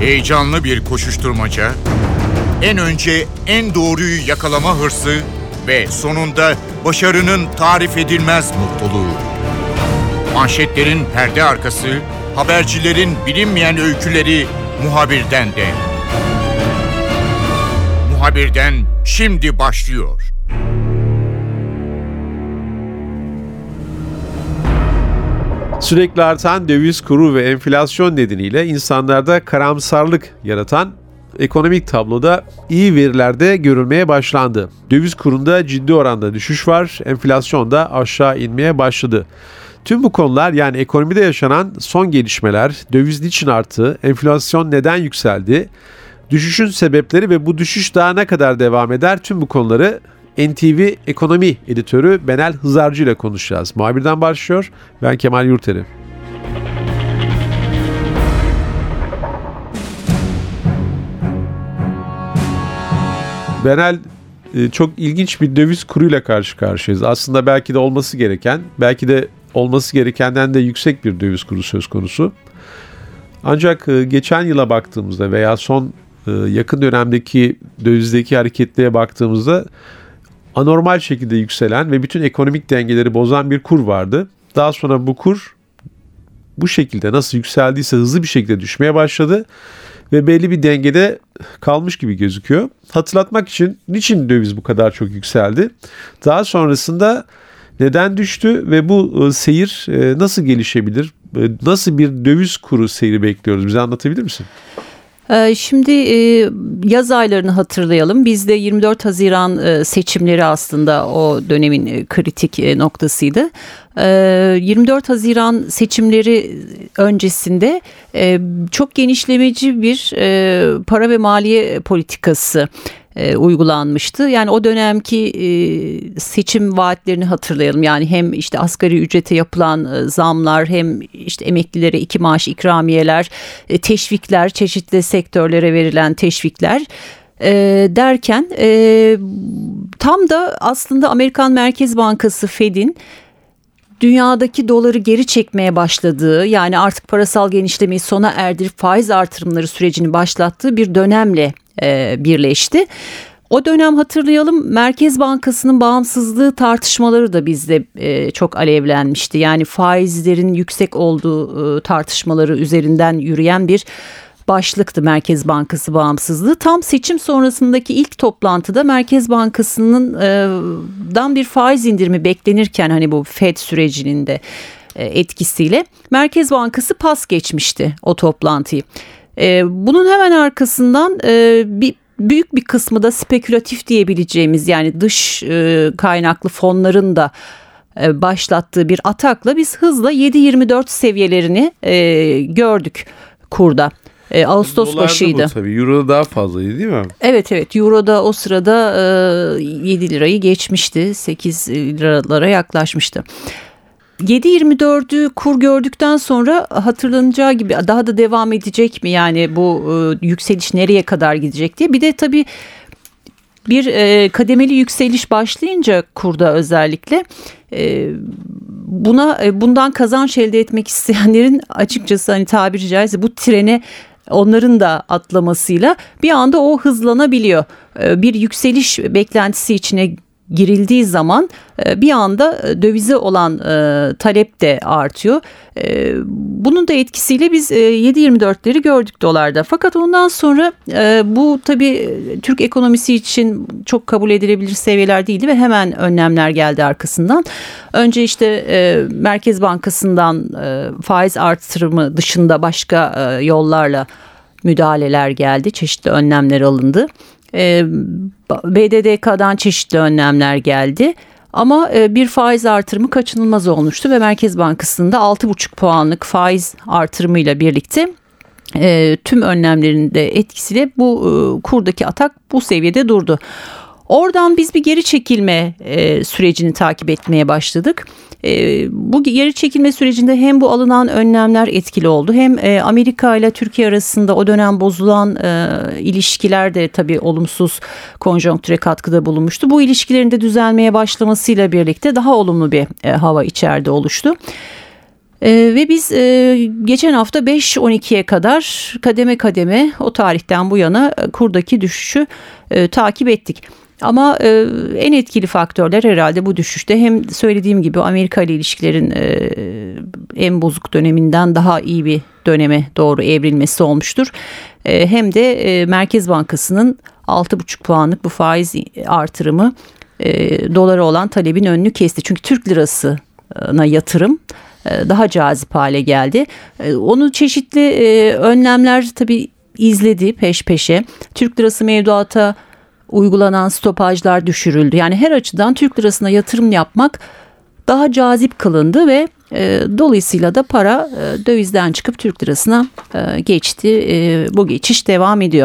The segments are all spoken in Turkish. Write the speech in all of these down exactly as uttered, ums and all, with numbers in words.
Heyecanlı bir koşuşturmaca, en önce en doğruyu yakalama hırsı ve sonunda başarının tarif edilmez mutluluğu. Manşetlerin perde arkası, habercilerin bilinmeyen öyküleri Muhabir'den de. Muhabir'den şimdi başlıyor. Sürekli artan döviz kuru ve enflasyon nedeniyle insanlarda karamsarlık yaratan ekonomik tabloda iyi verilerde görülmeye başlandı. Döviz kurunda ciddi oranda düşüş var, enflasyon da aşağı inmeye başladı. Tüm bu konular, yani ekonomide yaşanan son gelişmeler, döviz niçin arttı, enflasyon neden yükseldi, düşüşün sebepleri ve bu düşüş daha ne kadar devam eder, tüm bu konuları N T V Ekonomi Editörü Benel Hızarcı ile konuşacağız. Muhabirden başlıyor. Ben Kemal Yurteri. Benel, çok ilginç bir döviz kuruyla karşı karşıyayız. Aslında belki de olması gereken, belki de olması gerekenden de yüksek bir döviz kuru söz konusu. Ancak geçen yıla baktığımızda veya son yakın dönemdeki dövizdeki hareketlere baktığımızda anormal şekilde yükselen ve bütün ekonomik dengeleri bozan bir kur vardı. Daha sonra bu kur bu şekilde nasıl yükseldiyse hızlı bir şekilde düşmeye başladı ve belli bir dengede kalmış gibi gözüküyor. Hatırlatmak için niçin döviz bu kadar çok yükseldi? Daha sonrasında neden düştü ve bu seyir nasıl gelişebilir? Nasıl bir döviz kuru seyri bekliyoruz? Bize anlatabilir misin? Şimdi yaz aylarını hatırlayalım. Bizde yirmi dört Haziran seçimleri aslında o dönemin kritik noktasıydı. yirmi dört Haziran seçimleri öncesinde çok genişlemeci bir para ve maliye politikası uygulanmıştı. Yani o dönemki seçim vaatlerini hatırlayalım. Yani hem işte asgari ücrete yapılan zamlar, hem işte emeklilere iki maaş ikramiyeler, teşvikler, çeşitli sektörlere verilen teşvikler derken tam da aslında Amerikan Merkez Bankası Fed'in dünyadaki doları geri çekmeye başladığı, yani artık parasal genişlemeyi sona erdirip faiz artırımları sürecini başlattığı bir dönemle e, birleşti. O dönem hatırlayalım, Merkez Bankası'nın bağımsızlığı tartışmaları da bizde e, çok alevlenmişti. Yani faizlerin yüksek olduğu e, tartışmaları üzerinden yürüyen bir başlıktı Merkez Bankası bağımsızlığı. Tam seçim sonrasındaki ilk toplantıda Merkez Bankası'nın e, dan bir faiz indirimi beklenirken, hani bu Fed sürecinin de e, etkisiyle Merkez Bankası pas geçmişti o toplantıyı. E, bunun hemen arkasından e, bir büyük bir kısmı da spekülatif diyebileceğimiz, yani dış e, kaynaklı fonların da e, başlattığı bir atakla biz hızla yedi yirmi dört seviyelerini e, gördük kurda. E, Ağustos Dolarda başıydı. Bu tabii. Euro'da daha fazlaydı değil mi? Evet evet. Euro'da o sırada e, yedi lirayı geçmişti. sekiz liralara yaklaşmıştı. yedi yirmi dördü kur gördükten sonra hatırlanacağı gibi daha da devam edecek mi? Yani bu e, yükseliş nereye kadar gidecek diye. Bir de tabii bir e, kademeli yükseliş başlayınca kurda özellikle e, buna e, bundan kazanç elde etmek isteyenlerin açıkçası, hani tabiri caizse bu trene onların da atlamasıyla bir anda o hızlanabiliyor. Bir yükseliş beklentisi içine girildiği zaman bir anda dövize olan talep de artıyor. Bunun da etkisiyle biz yedi yirmi dörtleri gördük dolarda. Fakat ondan sonra bu tabii Türk ekonomisi için çok kabul edilebilir seviyeler değildi ve hemen önlemler geldi arkasından. Önce işte Merkez Bankası'ndan faiz artırımı dışında başka yollarla müdahaleler geldi. Çeşitli önlemler alındı. B D D K'dan çeşitli önlemler geldi. Ama bir faiz artırımı kaçınılmaz olmuştu ve Merkez Bankası'nda altı buçuk puanlık faiz artırımıyla birlikte tüm önlemlerin de etkisiyle bu kurdaki atak bu seviyede durdu. Oradan biz bir geri çekilme e, sürecini takip etmeye başladık. E, bu geri çekilme sürecinde hem bu alınan önlemler etkili oldu, hem e, Amerika ile Türkiye arasında o dönem bozulan e, ilişkiler de tabii olumsuz konjonktüre katkıda bulunmuştu. Bu ilişkilerin de düzelmeye başlamasıyla birlikte daha olumlu bir e, hava içeride oluştu. E, ve biz e, geçen hafta beş on ikiye kadar kademe kademe o tarihten bu yana kurdaki düşüşü e, takip ettik. Ama e, en etkili faktörler herhalde bu düşüşte hem söylediğim gibi Amerika ile ilişkilerin e, en bozuk döneminden daha iyi bir döneme doğru evrilmesi olmuştur. E, hem de e, Merkez Bankası'nın altı buçuk puanlık bu faiz artırımı e, dolara olan talebin önünü kesti. Çünkü Türk lirasına yatırım e, daha cazip hale geldi. E, onu çeşitli e, önlemler tabii izledi peş peşe. Türk lirası mevduata uygulanan stopajlar düşürüldü. Yani her açıdan Türk lirasına yatırım yapmak daha cazip kılındı ve e, dolayısıyla da para e, dövizden çıkıp Türk lirasına e, geçti. E, bu geçiş devam ediyor.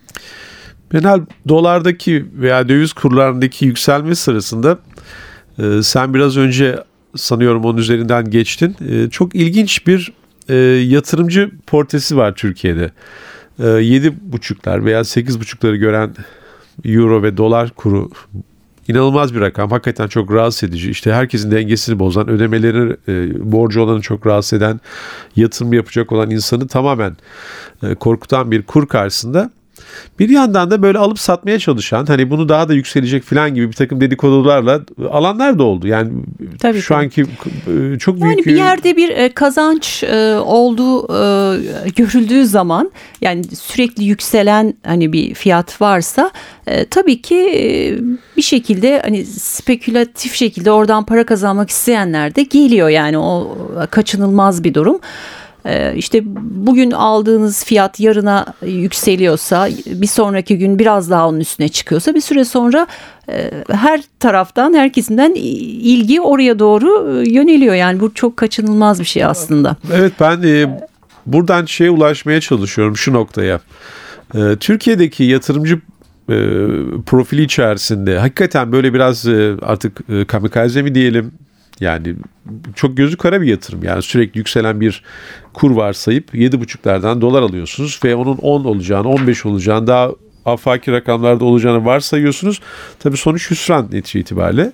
Genel dolardaki veya döviz kurlarındaki yükselme sırasında e, sen biraz önce sanıyorum onun üzerinden geçtin. E, çok ilginç bir e, yatırımcı portresi var Türkiye'de. E, yedi buçuklar veya sekiz buçukları gören euro ve dolar kuru inanılmaz bir rakam. Hakikaten çok rahatsız edici. İşte herkesin dengesini bozan, ödemeleri e, borcu olanı çok rahatsız eden, yatırım yapacak olan insanı tamamen e, korkutan bir kur karşısında bir yandan da böyle alıp satmaya çalışan, hani bunu daha da yükselecek falan gibi bir takım dedikodularla alanlar da oldu. Yani tabii, şu tabii. anki e, çok büyük... Yani bir yerde bir e, kazanç e, olduğu e, görüldüğü zaman, yani sürekli yükselen hani bir fiyat varsa e, tabii ki e, bir şekilde hani spekülatif şekilde oradan para kazanmak isteyenler de geliyor. Yani o kaçınılmaz bir durum. İşte bugün aldığınız fiyat yarına yükseliyorsa, bir sonraki gün biraz daha onun üstüne çıkıyorsa bir süre sonra her taraftan, herkesinden ilgi oraya doğru yöneliyor. Yani bu çok kaçınılmaz bir şey aslında. Evet, ben e, buradan şeye ulaşmaya çalışıyorum, şu noktaya. E, Türkiye'deki yatırımcı e, profili içerisinde hakikaten böyle biraz e, artık e, kamikaze mi diyelim? Yani çok gözü kara bir yatırım. Yani sürekli yükselen bir kur varsayıp yedi buçuklardan dolar alıyorsunuz ve onun on olacağını, on beş olacağını, daha afaki rakamlarda olacağını varsayıyorsunuz. Tabii sonuç hüsran netice itibariyle.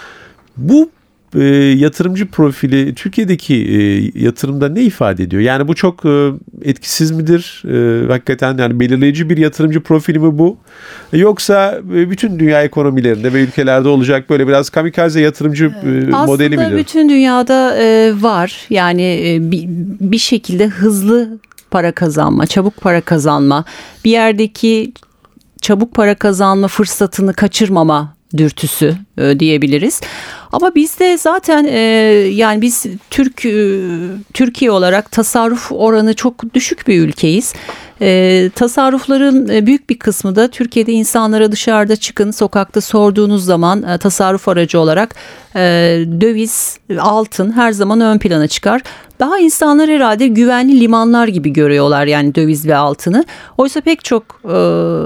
Bu e, yatırımcı profili Türkiye'deki e, yatırımda ne ifade ediyor? Yani bu çok e, etkisiz midir? E, hakikaten yani belirleyici bir yatırımcı profili mi bu? E, yoksa e, bütün dünya ekonomilerinde ve ülkelerde olacak böyle biraz kamikaze yatırımcı e, modeli midir? Aslında bütün dünyada e, var. Yani e, bir, bir şekilde hızlı para kazanma, çabuk para kazanma, bir yerdeki çabuk para kazanma fırsatını kaçırmama dürtüsü e, diyebiliriz. Ama bizde zaten e, yani biz Türk e, Türkiye olarak tasarruf oranı çok düşük bir ülkeyiz. E, tasarrufların e, büyük bir kısmı da Türkiye'de insanlara dışarıda çıkın, sokakta sorduğunuz zaman e, tasarruf aracı olarak e, döviz, altın her zaman ön plana çıkar. Daha insanlar herhalde güvenli limanlar gibi görüyorlar yani döviz ve altını. Oysa pek çok e,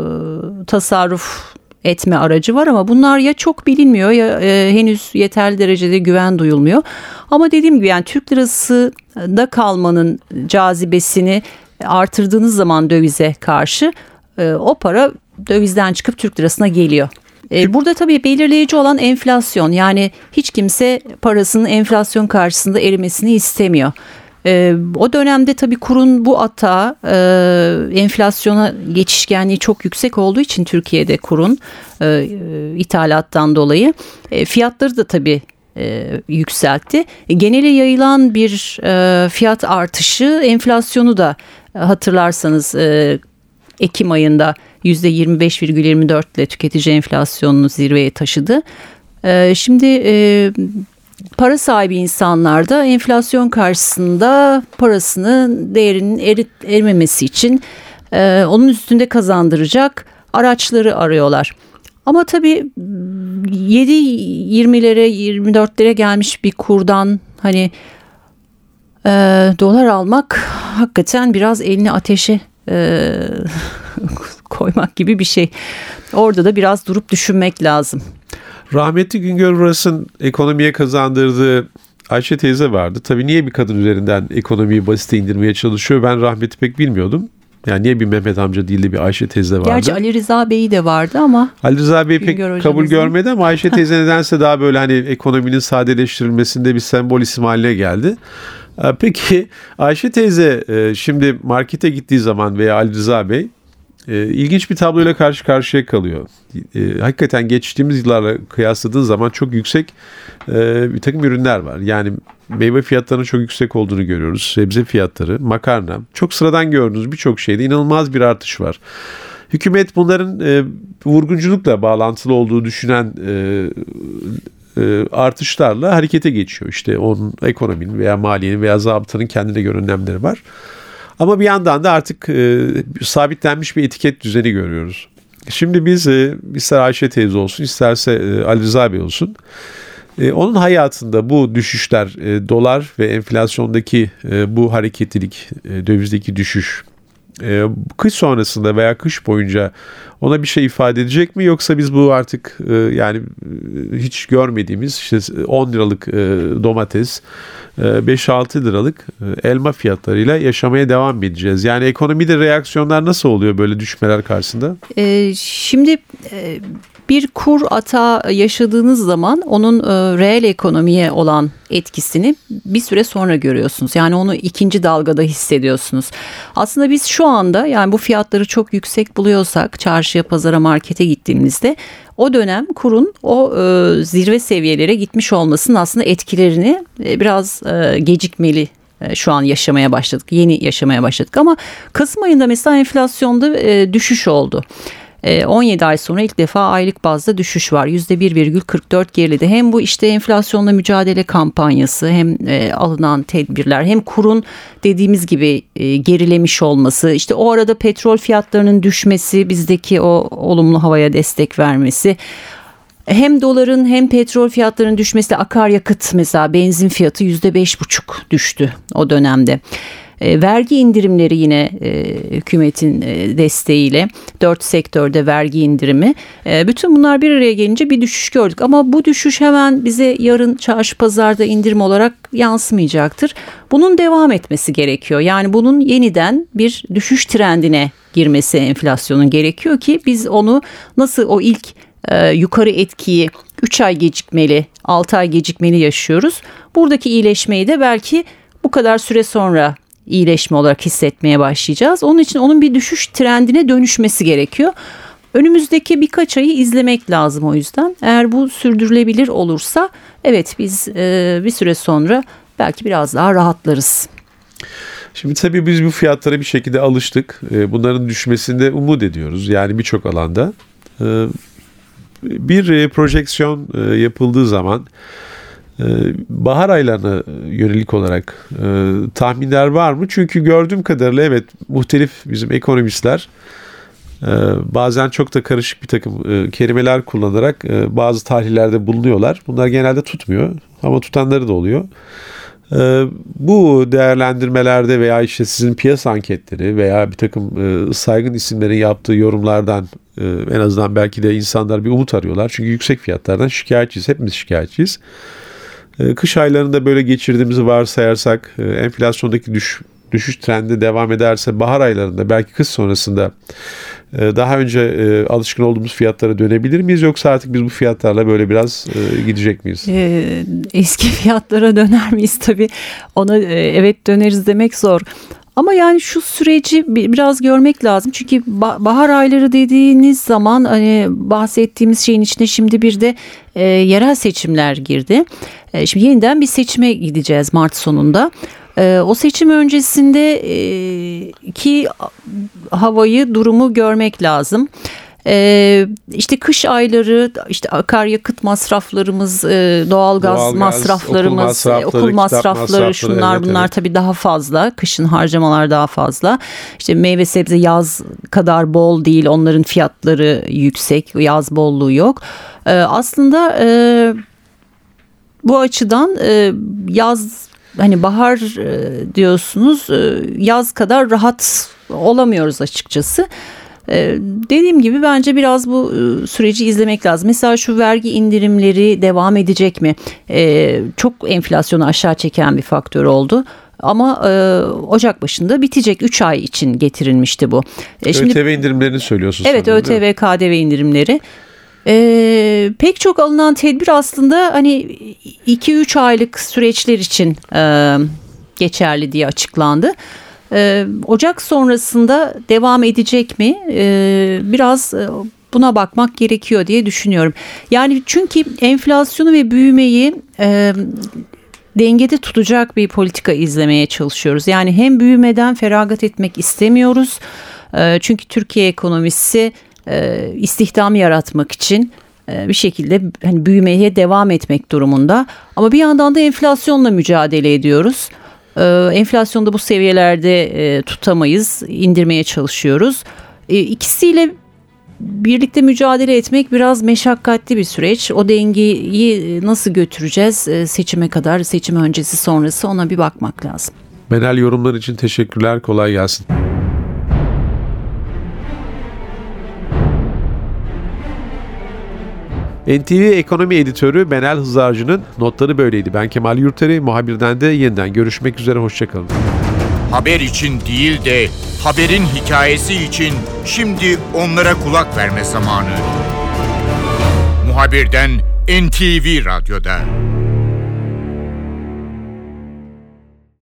tasarruf etme aracı var ama bunlar ya çok bilinmiyor ya e, henüz yeterli derecede güven duyulmuyor. Ama dediğim gibi yani Türk lirasında kalmanın cazibesini artırdığınız zaman dövize karşı e, o para dövizden çıkıp Türk lirasına geliyor. E, burada tabii belirleyici olan enflasyon, yani hiç kimse parasının enflasyon karşısında erimesini istemiyor. Ee, o dönemde tabii kurun bu atağı, e, enflasyona geçişkenliği çok yüksek olduğu için Türkiye'de kurun e, e, ithalattan dolayı e, fiyatları da tabii e, yükseltti. E, genele yayılan bir e, fiyat artışı enflasyonu da e, hatırlarsanız e, Ekim ayında yüzde yirmi beş virgül yirmi dört ile tüketici enflasyonunu zirveye taşıdı. E, şimdi e, para sahibi insanlar da enflasyon karşısında parasının değerinin erit, erimemesi için e, onun üstünde kazandıracak araçları arıyorlar. Ama tabii yedi yirmilere yirmi dörtlere gelmiş bir kurdan hani e, dolar almak hakikaten biraz elini ateşe e, koymak gibi bir şey. Orada da biraz durup düşünmek lazım. Rahmetli Güngör Uras'ın ekonomiye kazandırdığı Ayşe teyze vardı. Tabii niye bir kadın üzerinden ekonomiyi basite indirmeye çalışıyor? Ben rahmeti pek bilmiyordum. Yani niye bir Mehmet amca değil de bir Ayşe teyze vardı? Gerçi Ali Rıza Bey'i de vardı ama. Ali Rıza Bey pek Güngör kabul hocamızın. görmedi ama Ayşe teyze nedense daha böyle hani ekonominin sadeleştirilmesinde bir sembol isim haline geldi. Peki Ayşe teyze şimdi markete gittiği zaman veya Ali Rıza Bey ilginç bir tabloyla karşı karşıya kalıyor. Hakikaten geçtiğimiz yıllarla kıyasladığın zaman çok yüksek bir takım ürünler var. Yani meyve fiyatlarının çok yüksek olduğunu görüyoruz. Sebze fiyatları, makarna. Çok sıradan gördüğünüz birçok şeyde inanılmaz bir artış var. Hükümet bunların e, vurgunculukla bağlantılı olduğu düşünen e, e, artışlarla harekete geçiyor. İşte onun ekonominin veya maliyenin veya zabıtanın kendine göre önlemleri var. Ama bir yandan da artık e, sabitlenmiş bir etiket düzeni görüyoruz. Şimdi biz e, ister Ayşe teyze olsun isterse e, Ali Rıza Bey olsun e, onun hayatında bu düşüşler e, dolar ve enflasyondaki e, bu hareketlilik e, dövizdeki düşüş e, kış sonrasında veya kış boyunca ona bir şey ifade edecek mi yoksa biz bu artık e, yani e, hiç görmediğimiz işte on liralık e, domates beş altı liralık elma fiyatlarıyla yaşamaya devam edeceğiz. Yani ekonomide reaksiyonlar nasıl oluyor böyle düşmeler karşısında? Ee, şimdi e, bir kur atağı yaşadığınız zaman onun e, reel ekonomiye olan etkisini bir süre sonra görüyorsunuz. Yani onu ikinci dalgada hissediyorsunuz. Aslında biz şu anda yani bu fiyatları çok yüksek buluyorsak çarşıya, pazara, markete gittiğimizde o dönem kurun o e, zirve seviyelere gitmiş olmasının aslında etkilerini e, biraz e, gecikmeli e, şu an yaşamaya başladık. Yeni yaşamaya başladık ama Kasım ayında mesela enflasyonda e, düşüş oldu. on yedi ay sonra ilk defa aylık bazda düşüş var. yüzde bir virgül kırk dört geriledi. Hem bu işte enflasyonla mücadele kampanyası hem e, alınan tedbirler hem kurun dediğimiz gibi e, gerilemiş olması. İşte o arada petrol fiyatlarının düşmesi bizdeki o olumlu havaya destek vermesi. Hem doların hem petrol fiyatlarının düşmesi akaryakıt mesela benzin fiyatı yüzde beş buçuk düştü o dönemde. E, vergi indirimleri yine e, hükümetin e, desteğiyle dört sektörde vergi indirimi. E, bütün bunlar bir araya gelince bir düşüş gördük. Ama bu düşüş hemen bize yarın çarşı pazarda indirim olarak yansımayacaktır. Bunun devam etmesi gerekiyor. Yani bunun yeniden bir düşüş trendine girmesi enflasyonun gerekiyor ki biz onu nasıl o ilk e, yukarı etkiyi üç ay gecikmeli, altı ay gecikmeli yaşıyoruz. Buradaki iyileşmeyi de belki bu kadar süre sonra iyileşme olarak hissetmeye başlayacağız. Onun için onun bir düşüş trendine dönüşmesi gerekiyor. Önümüzdeki birkaç ayı izlemek lazım o yüzden. Eğer bu sürdürülebilir olursa evet biz e, bir süre sonra belki biraz daha rahatlarız. Şimdi tabii biz bu fiyatlara bir şekilde alıştık. Bunların düşmesinde umut ediyoruz. Yani birçok alanda. Bir projeksiyon yapıldığı zaman bahar aylarına yönelik olarak e, tahminler var mı? Çünkü gördüğüm kadarıyla evet muhtelif bizim ekonomistler e, bazen çok da karışık bir takım e, kelimeler kullanarak e, bazı tahlillerde bulunuyorlar. Bunlar genelde tutmuyor ama tutanları da oluyor. E, bu değerlendirmelerde veya işte sizin piyasa anketleri veya bir takım e, saygın isimlerin yaptığı yorumlardan e, en azından belki de insanlar bir umut arıyorlar. Çünkü yüksek fiyatlardan şikayetçiyiz. Hepimiz şikayetçiyiz. Kış aylarında böyle geçirdiğimizi varsayarsak enflasyondaki düş, düşüş trendi devam ederse bahar aylarında belki kış sonrasında daha önce alışkın olduğumuz fiyatlara dönebilir miyiz yoksa artık biz bu fiyatlarla böyle biraz gidecek miyiz? Ee, eski fiyatlara döner miyiz tabii ona evet döneriz demek zor. Ama yani şu süreci biraz görmek lazım. Çünkü bahar ayları dediğiniz zaman hani bahsettiğimiz şeyin içine şimdi bir de e, yerel seçimler girdi. E, şimdi yeniden bir seçime gideceğiz Mart sonunda. E, o seçim öncesinde e, ki havayı, durumu görmek lazım. Ee, işte kış ayları işte akaryakıt masraflarımız, e, doğalgaz, doğalgaz masraflarımız, okul masrafları, okul masrafları, masrafları şunlar evet, bunlar evet. Tabii daha fazla. Kışın harcamalar daha fazla. İşte meyve sebze yaz kadar bol değil. Onların fiyatları yüksek. Yaz bolluğu yok. Ee, aslında e, bu açıdan e, yaz hani bahar e, diyorsunuz e, yaz kadar rahat olamıyoruz açıkçası. Ee, dediğim gibi bence biraz bu e, süreci izlemek lazım. Mesela şu vergi indirimleri devam edecek mi? Ee, çok enflasyonu aşağı çeken bir faktör oldu. Ama e, Ocak başında bitecek üç ay için getirilmişti bu. E, şimdi, ÖTV indirimlerini söylüyorsunuz. Evet sanırım, ÖTV, K D V indirimleri. Ee, pek çok alınan tedbir aslında hani iki üç aylık süreçler için e, geçerli diye açıklandı. Ee, Ocak sonrasında devam edecek mi? Ee, biraz buna bakmak gerekiyor diye düşünüyorum. Yani çünkü enflasyonu ve büyümeyi e, dengede tutacak bir politika izlemeye çalışıyoruz. Yani hem büyümeden feragat etmek istemiyoruz. E, çünkü Türkiye ekonomisi e, istihdam yaratmak için bir şekilde hani büyümeye devam etmek durumunda. Ama bir yandan da enflasyonla mücadele ediyoruz. Enflasyonu da bu seviyelerde tutamayız, indirmeye çalışıyoruz. İkisiyle birlikte mücadele etmek biraz meşakkatli bir süreç. O dengeyi nasıl götüreceğiz seçime kadar, seçim öncesi sonrası, ona bir bakmak lazım. Benel, yorumlar için teşekkürler, kolay gelsin. N T V Ekonomi Editörü Benel Hızarcı'nın notları böyleydi. Ben Kemal Yurteri, muhabirden de yeniden görüşmek üzere, hoşçakalın. Haber için değil de haberin hikayesi için şimdi onlara kulak verme zamanı. Muhabirden N T V Radyo'da.